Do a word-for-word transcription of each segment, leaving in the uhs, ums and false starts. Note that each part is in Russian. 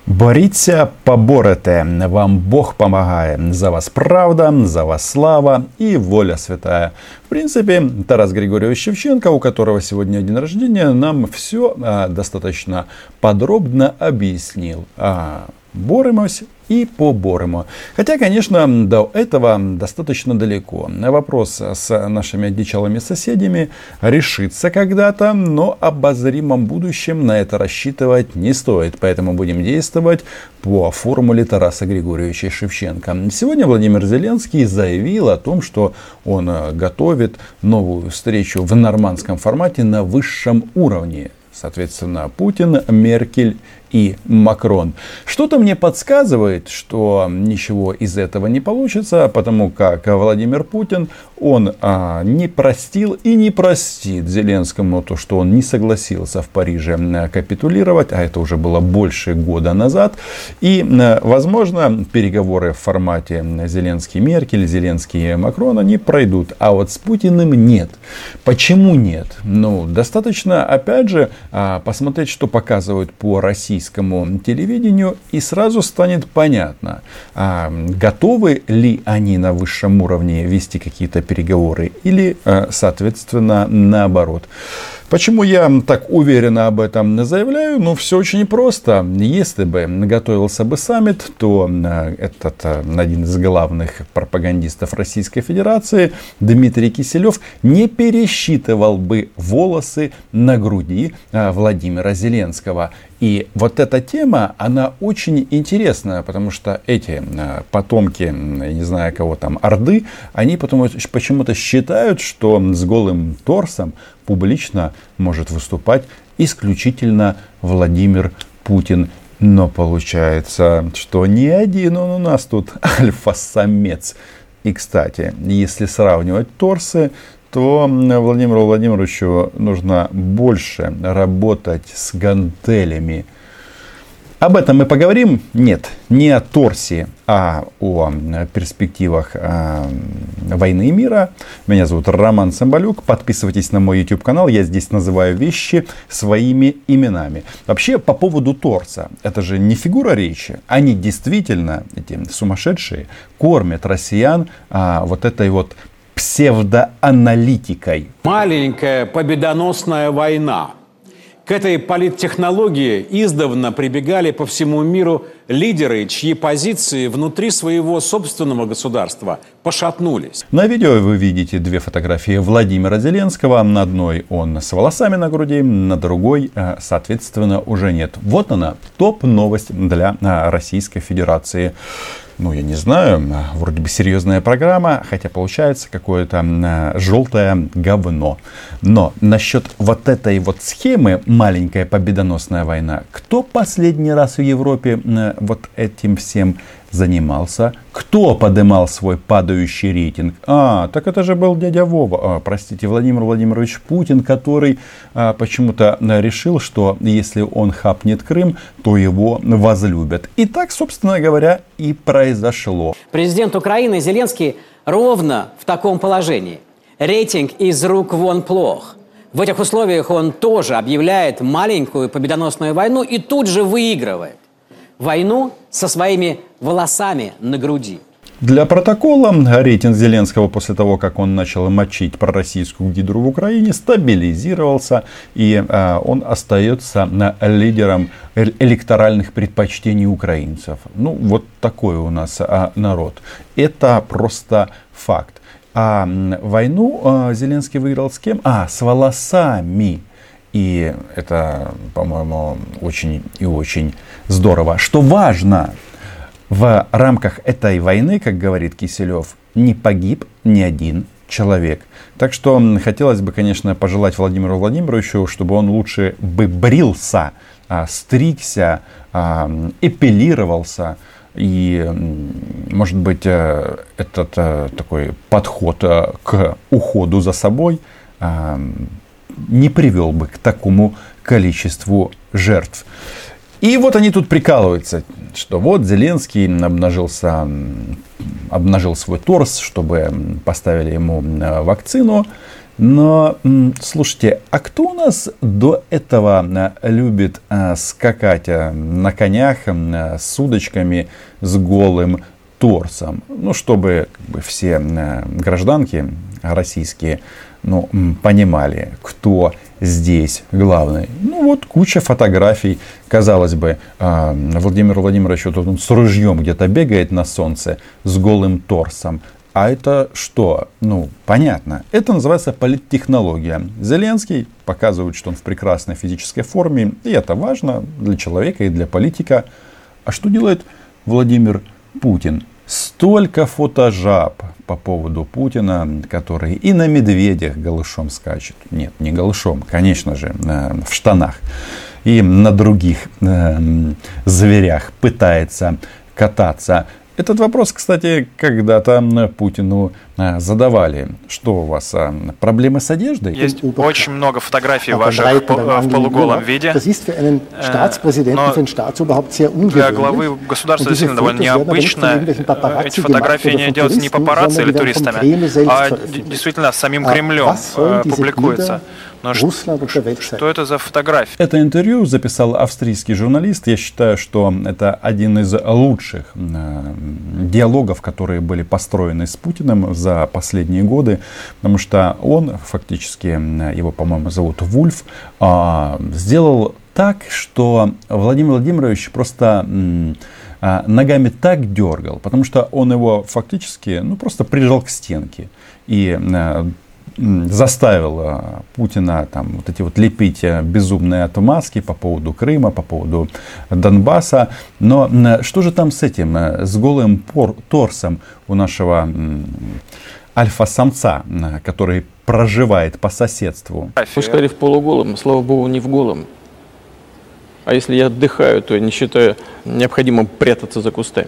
Боріться, поборете, вам Бог помогает, за вас правда, за вас слава и воля святая. В принципе, Тарас Григорьевич Шевченко, у которого сегодня день рождения, нам все а, достаточно подробно объяснил. А, боремось и поборемо. Хотя, конечно, до этого достаточно далеко. Вопрос с нашими одичалыми соседями решится когда-то, но в обозримом будущем на это рассчитывать не стоит. Поэтому будем действовать по формуле Тараса Григорьевича Шевченко. Сегодня Владимир Зеленский заявил о том, что он готовит новую встречу в нормандском формате на высшем уровне. Соответственно, Путин, Меркель и Макрон. Что-то мне подсказывает, что ничего из этого не получится, потому как Владимир Путин, он а, не простил и не простит Зеленскому то, что он не согласился в Париже капитулировать, а это уже было больше года назад. И, возможно, переговоры в формате Зеленский-Меркель, Зеленский-Макрон, они пройдут, а вот с Путиным нет. Почему нет? Ну, достаточно, опять же, посмотреть, что показывают по российскому телевидению, и сразу станет понятно, готовы ли они на высшем уровне вести какие-то переговоры или, соответственно, наоборот. Почему я так уверенно об этом заявляю? Ну, все очень просто. Если бы готовился бы саммит, то этот один из главных пропагандистов Российской Федерации, Дмитрий Киселев, не пересчитывал бы волосы на груди Владимира Зеленского. И вот эта тема, она очень интересная, потому что эти потомки, я не знаю кого там, Орды, они потом почему-то считают, что с голым торсом публично может выступать исключительно Владимир Путин. Но получается, что не один он у нас тут альфа-самец. И, кстати, если сравнивать торсы, то Владимиру Владимировичу нужно больше работать с гантелями. Об этом мы поговорим? Нет, не о торсе, а о перспективах э, войны и мира. Меня зовут Роман Цымбалюк. Подписывайтесь на мой YouTube канал. Я здесь называю вещи своими именами. Вообще, по поводу торса. Это же не фигура речи. Они действительно, эти сумасшедшие, кормят россиян э, вот этой вот псевдоаналитикой. Маленькая победоносная война. К этой политтехнологии издавна прибегали по всему миру лидеры, чьи позиции внутри своего собственного государства пошатнулись. На видео вы видите две фотографии Владимира Зеленского. На одной он с волосами на груди, на другой, соответственно, уже нет. Вот она, топ-новость для Российской Федерации. Ну, я не знаю, вроде бы серьезная программа, хотя получается какое-то желтое говно. Но насчет вот этой вот схемы, маленькая победоносная война, кто последний раз в Европе вот этим всем занимался? Кто поднимал свой падающий рейтинг? А, так это же был дядя Вова, а, простите, Владимир Владимирович Путин, который а, почему-то решил, что если он хапнет Крым, то его возлюбят. И так, собственно говоря, и произошло. Президент Украины Зеленский ровно в таком положении. Рейтинг из рук вон плох. В этих условиях он тоже объявляет маленькую победоносную войну и тут же выигрывает. Войну со своими волосами на груди. Для протокола, рейтинг Зеленского после того, как он начал мочить пророссийскую гидру в Украине, стабилизировался, и э, он остается лидером электоральных предпочтений украинцев. Ну, вот такой у нас э, народ. Это просто факт. А войну э, Зеленский выиграл с кем? А, с волосами. И это, по-моему, очень и очень здорово. Что важно, в рамках этой войны, как говорит Киселев, не погиб ни один человек. Так что хотелось бы, конечно, пожелать Владимиру Владимировичу, чтобы он лучше бы брился, стригся, эпилировался. И, может быть, этот такой подход к уходу за собой не привел бы к такому количеству жертв. И вот они тут прикалываются, что вот Зеленский обнажился, обнажил свой торс, чтобы поставили ему вакцину. Но, слушайте, а кто у нас до этого любит скакать на конях с удочками с голым торсом? Ну, чтобы как бы, все гражданки российские ну, понимали, кто здесь главный. Ну, вот куча фотографий. Казалось бы, Владимир Владимирович вот он с ружьем где-то бегает на солнце с голым торсом. А это что? Ну, понятно. Это называется политтехнология. Зеленский показывает, что он в прекрасной физической форме. И это важно для человека и для политика. А что делает Владимир Путин? Столько фотожаб по поводу Путина, который и на медведях голышом скачет. Нет, не голышом, конечно же, в штанах. И на других зверях пытается кататься. Этот вопрос, кстати, когда-то Путину задавали. Что у вас, проблемы с одеждой? Есть очень много фотографий ваших в полуголом виде. Но для главы государства действительно довольно необычно. Эти фотографии не делаются не папарацци или туристами, а действительно самим Кремлем публикуются. Но что это за фотографии? Это интервью записал австрийский журналист. Я считаю, что это один из лучших диалогов, которые были построены с Путиным за последние годы. Потому что он, фактически, его, по-моему, зовут Вульф, сделал так, что Владимир Владимирович просто ногами так дергал, потому что он его фактически ну, просто прижал к стенке. И заставил Путина там, вот эти вот лепить безумные отмазки по поводу Крыма, по поводу Донбасса. Но что же там с этим, с голым торсом у нашего альфа-самца, который проживает по соседству? Вы сказали в полуголом, слава богу, не в голом. А если я отдыхаю, то не считаю необходимым прятаться за кустами.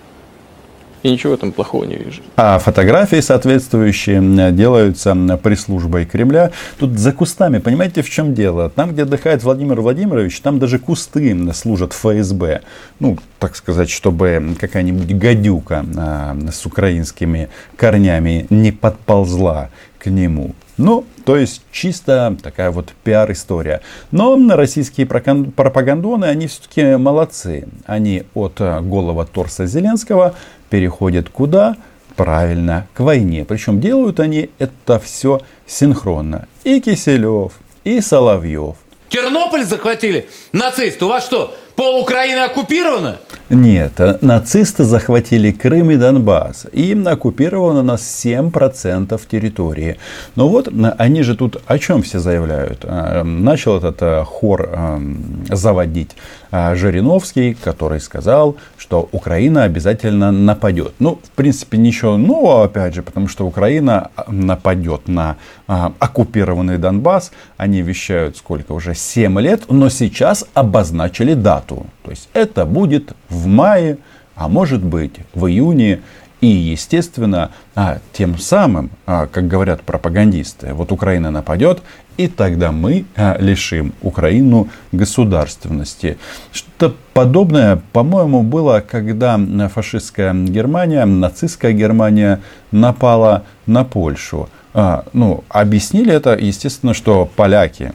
И ничего там плохого не вижу. А фотографии соответствующие делаются пресс-службой Кремля. Тут за кустами, понимаете, в чем дело? Там, где отдыхает Владимир Владимирович, там даже кусты служат ФСБ. Ну, так сказать, чтобы какая-нибудь гадюка а, с украинскими корнями не подползла к нему. Ну, то есть, чисто такая вот пиар-история. Но российские пропагандоны, они все-таки молодцы. Они от голого торса Зеленского переходят куда? Правильно, к войне. Причем делают они это все синхронно. И Киселев, и Соловьев. Тернополь захватили нацисты. У вас что, пол Украины оккупировано? Нет, нацисты захватили Крым и Донбасс. И им оккупировано у нас семь процентов территории. Но вот они же тут о чем все заявляют? Начал этот хор заводить Жириновский, который сказал, что Украина обязательно нападет. Ну, в принципе, ничего нового, опять же, потому что Украина нападет на оккупированный Донбасс. Они вещают сколько уже? семь лет, но сейчас обозначили дату. То есть это будет в мае, а может быть в июне. И, естественно, тем самым, как говорят пропагандисты, вот Украина нападет, и тогда мы лишим Украину государственности. Что-то подобное, по-моему, было, когда фашистская Германия, нацистская Германия напала на Польшу. Ну, объяснили это, естественно, что поляки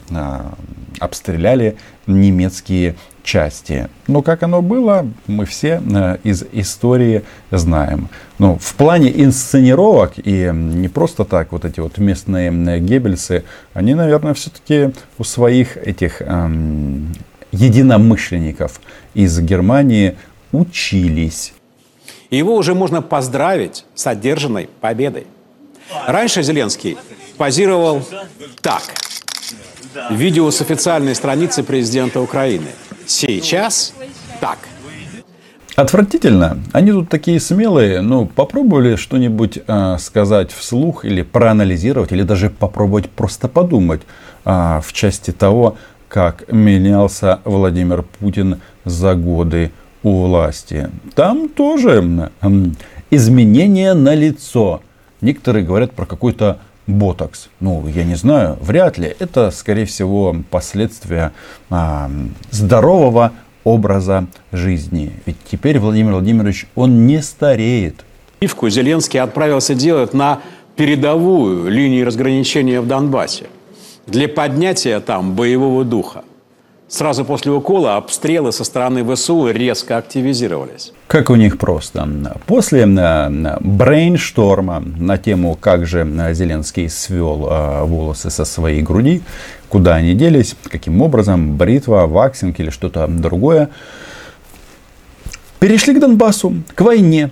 обстреляли немецкие части. Но как оно было, мы все из истории знаем. Ну, в плане инсценировок и не просто так вот эти вот местные Геббельсы, они, наверное, все-таки у своих этих эм, единомышленников из Германии учились. Его уже можно поздравить с одержанной победой. Раньше Зеленский позировал так. Видео с официальной страницы президента Украины. Сейчас так. Отвратительно. Они тут такие смелые. Ну, попробовали что-нибудь э, сказать вслух или проанализировать, или даже попробовать просто подумать э, в части того, как менялся Владимир Путин за годы у власти. Там тоже э, изменения налицо. Некоторые говорят про какой-то ботокс. Ну, я не знаю, вряд ли. Это, скорее всего, последствия а, здорового образа жизни. Ведь теперь Владимир Владимирович, он не стареет. Зеленский отправился делать на передовую линию разграничения в Донбассе для поднятия там боевого духа. Сразу после укола обстрелы со стороны ВСУ резко активизировались. Как у них просто. После брейншторма на тему, как же Зеленский свел волосы со своей груди, куда они делись, каким образом, бритва, ваксинг или что-то другое, перешли к Донбассу, к войне.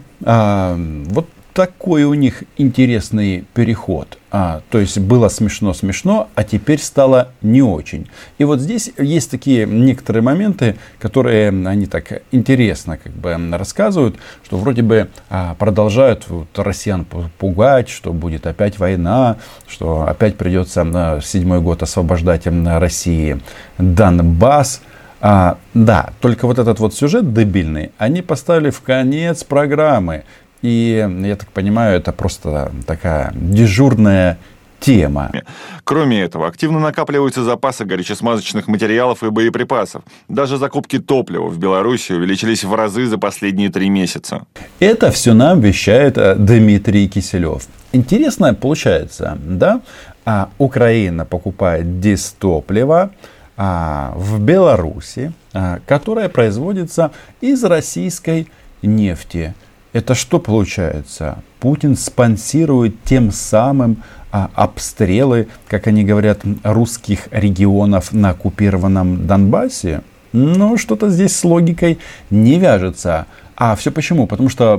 Вот такой у них интересный переход. А, то есть было смешно-смешно, а теперь стало не очень. И вот здесь есть такие некоторые моменты, которые они так интересно как бы рассказывают, что вроде бы а, продолжают вот, россиян пугать, что будет опять война, что опять придется на седьмой год освобождать на России Донбасс. А, да, только вот этот вот сюжет дебильный они поставили в конец программы. И, я так понимаю, это просто такая дежурная тема. Кроме этого, активно накапливаются запасы горюче-смазочных материалов и боеприпасов. Даже закупки топлива в Беларуси увеличились в разы за последние три месяца. Это все нам вещает Дмитрий Киселев. Интересно получается, да? А Украина покупает дистопливо а, в Беларуси, а, которое производится из российской нефти. Это что получается? Путин спонсирует тем самым а, обстрелы, как они говорят, русских регионов на оккупированном Донбассе? Но что-то здесь с логикой не вяжется. А все почему? Потому что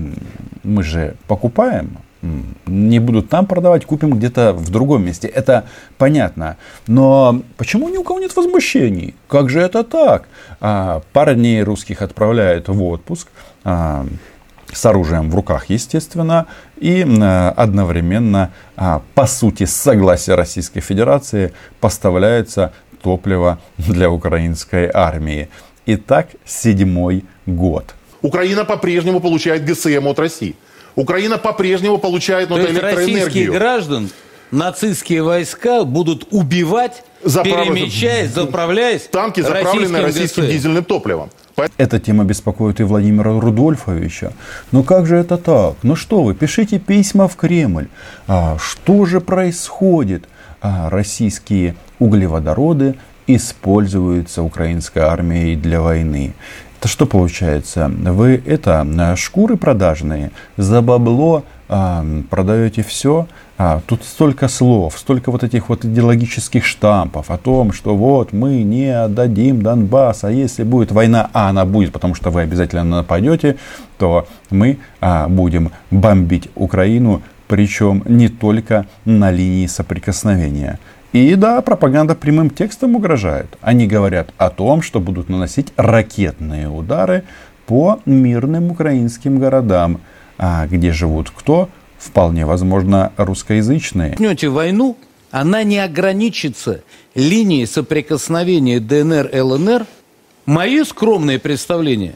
мы же покупаем. Не будут там продавать, купим где-то в другом месте. Это понятно. Но почему ни у кого нет возмущений? Как же это так? А, парней русских отправляют в отпуск. А, с оружием в руках, естественно, и одновременно, по сути, с согласия Российской Федерации поставляется топливо для украинской армии. И так седьмой год. Украина по-прежнему получает ГСМ от России. Украина по-прежнему получает ну, То есть электроэнергию. Российских граждан нацистские войска будут убивать, Заправ... перемещаясь, заправляясь танки, заправленные российским ГСМ. Дизельным топливом. Эта тема беспокоит и Владимира Рудольфовича. Но как же это так? Ну что вы, пишите письма в Кремль. А, что же происходит? А, российские углеводороды используются украинской армией для войны. Это что получается? Вы это шкуры продажные, за бабло а, продаете все. А, тут столько слов, столько вот этих вот идеологических штампов о том, что вот мы не отдадим Донбасс, а если будет война, а она будет, потому что вы обязательно нападете, то мы а, будем бомбить Украину, причем не только на линии соприкосновения. И да, пропаганда прямым текстом угрожает. Они говорят о том, что будут наносить ракетные удары по мирным украинским городам, а где живут кто? Вполне возможно, русскоязычные. Начнете войну, она не ограничится линией соприкосновения ДНР, ЛНР. Мои скромные представления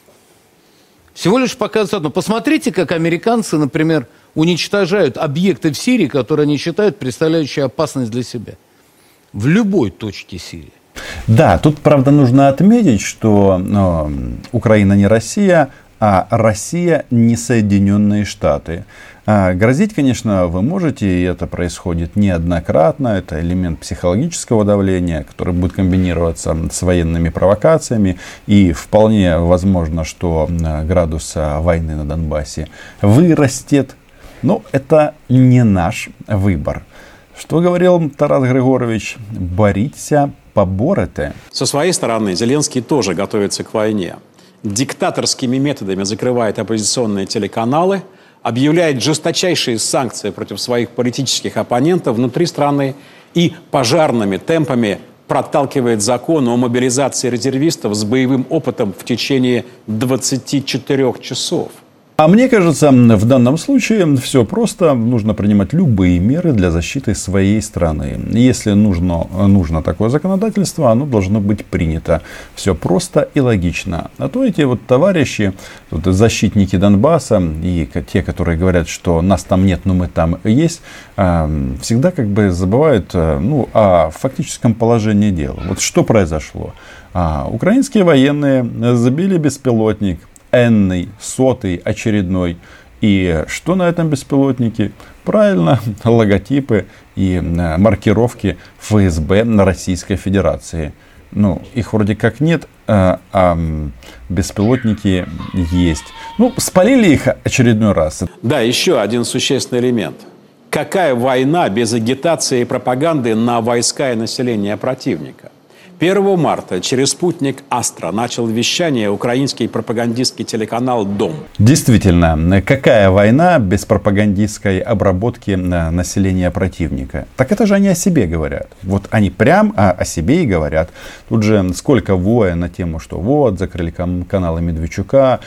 всего лишь показывают одно. Посмотрите, как американцы, например, уничтожают объекты в Сирии, которые они считают представляющие опасность для себя. В любой точке Сирии. Да, тут, правда, нужно отметить, что ну, Украина не Россия, а Россия не Соединенные Штаты. А грозить, конечно, вы можете, и это происходит неоднократно. Это элемент психологического давления, который будет комбинироваться с военными провокациями. И вполне возможно, что градус войны на Донбассе вырастет. Но это не наш выбор. Что говорил Тарас Григорович? Боріться, поборете. Со своей стороны Зеленский тоже готовится к войне. Диктаторскими методами закрывает оппозиционные телеканалы, объявляет жесточайшие санкции против своих политических оппонентов внутри страны и пожарными темпами проталкивает закон о мобилизации резервистов с боевым опытом в течение двадцати четырёх часов. А мне кажется, в данном случае все просто. Нужно принимать любые меры для защиты своей страны. Если нужно, нужно такое законодательство, оно должно быть принято. Все просто и логично. А то эти вот товарищи, вот защитники Донбасса и те, которые говорят, что нас там нет, но мы там есть, всегда как бы забывают ну, о фактическом положении дела. Вот что произошло? Украинские военные забили беспилотник. Энный, сотый, очередной. И что на этом беспилотнике? Правильно, логотипы и маркировки эф эс бэ Российской Федерации. Ну, их вроде как нет, а, а беспилотники есть. Ну, спалили их очередной раз. Да, еще один существенный элемент. Какая война без агитации и пропаганды на войска и население противника? первого марта через спутник «Астра» начал вещание украинский пропагандистский телеканал «Дом». Действительно, какая война без пропагандистской обработки населения противника? Так это же они о себе говорят. Вот они прям о себе и говорят. Тут же сколько воя на тему, что вот, закрыли каналы Медведчука,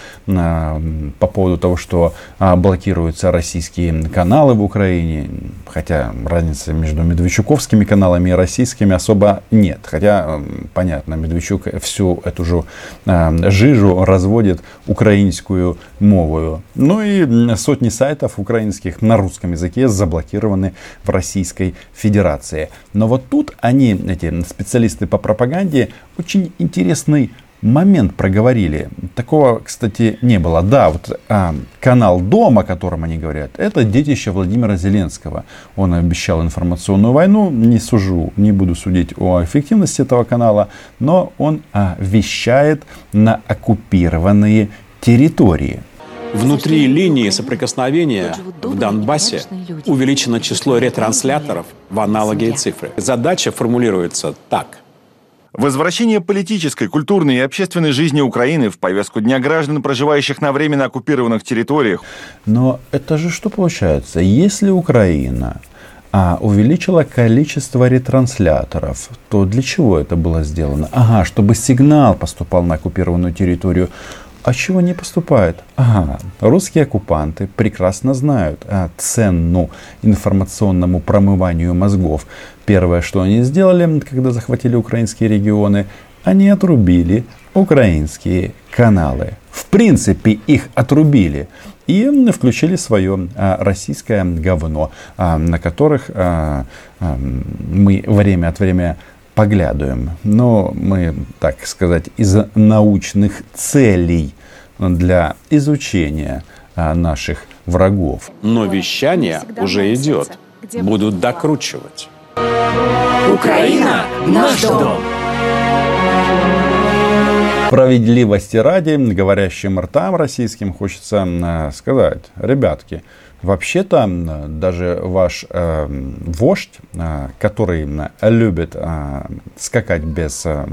по поводу того, что блокируются российские каналы в Украине. Хотя разницы между медведчуковскими каналами и российскими особо нет. Хотя понятно, Медведчук всю эту же э, жижу разводит украинскую мовою. Ну и сотни сайтов украинских на русском языке заблокированы в Российской Федерации. Но вот тут они, эти специалисты по пропаганде, очень интересный момент проговорили. Такого, кстати, не было. Да, вот а, канал «Дом», о котором они говорят, это детище Владимира Зеленского. Он обещал информационную войну. Не сужу, не буду судить о эффективности этого канала, но он а, вещает на оккупированные территории. Внутри линии соприкосновения в Донбассе увеличено число ретрансляторов в аналоге и цифры. Задача формулируется так. Возвращение политической, культурной и общественной жизни Украины в повестку Дня граждан, проживающих на временно оккупированных территориях. Но это же что получается? Если Украина а, увеличила количество ретрансляторов, то для чего это было сделано? Ага, чтобы сигнал поступал на оккупированную территорию. А чего не поступает? Ага, русские оккупанты прекрасно знают а, цену информационному промыванию мозгов. Первое, что они сделали, когда захватили украинские регионы, они отрубили украинские каналы. В принципе, их отрубили. И включили свое а, российское говно, а, на которых а, а, мы время от времени поглядываем. Но мы, так сказать, из научных целей для изучения а, наших врагов. Но вещание уже идет. Будут докручивать. Украина – наш дом. Справедливости ради, говорящим ртам российским хочется а, сказать, ребятки, вообще-то даже ваш э, вождь, э, который любит э, скакать без э,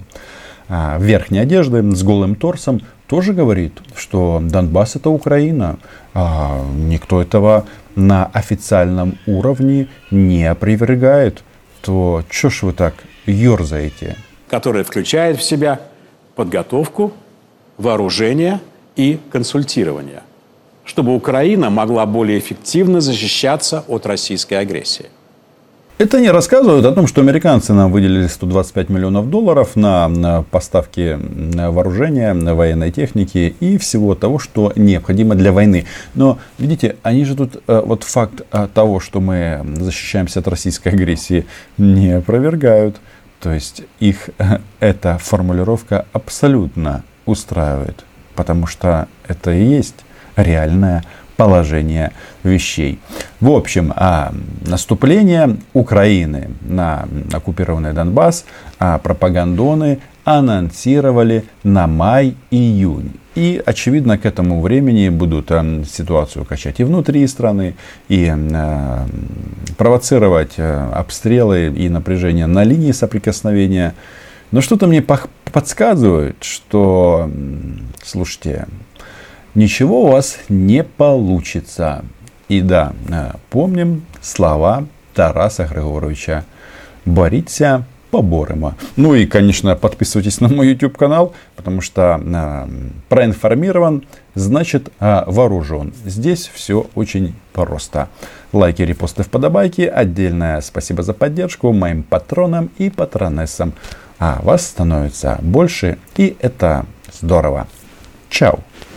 э, верхней одежды, с голым торсом, тоже говорит, что Донбасс это Украина. А никто этого на официальном уровне не опровергает. То чё ж вы так ерзаете? Которая включает в себя подготовку, вооружение и консультирование, чтобы Украина могла более эффективно защищаться от российской агрессии. Это не рассказывают о том, что американцы нам выделили сто двадцать пять миллионов долларов на, на поставки вооружения, военной техники и всего того, что необходимо для войны. Но, видите, они же тут, вот факт того, что мы защищаемся от российской агрессии, не опровергают. То есть их эта формулировка абсолютно устраивает, потому что это и есть реальное положение вещей. В общем, а наступление Украины на оккупированный Донбасс а пропагандоны анонсировали на май-июнь. И, очевидно, к этому времени будут а, ситуацию качать и внутри страны, и а, провоцировать а, обстрелы и напряжение на линии соприкосновения. Но что-то мне подсказывает, что, слушайте, ничего у вас не получится. И да, помним слова Тараса Григоровича. Боріться, поборемо. Ну и, конечно, подписывайтесь на мой YouTube канал, потому что э, проинформирован, значит э, вооружен. Здесь все очень просто. Лайки, репосты, вподобайки. Отдельное спасибо за поддержку моим патронам и патронессам. А вас становится больше, и это здорово. Чао.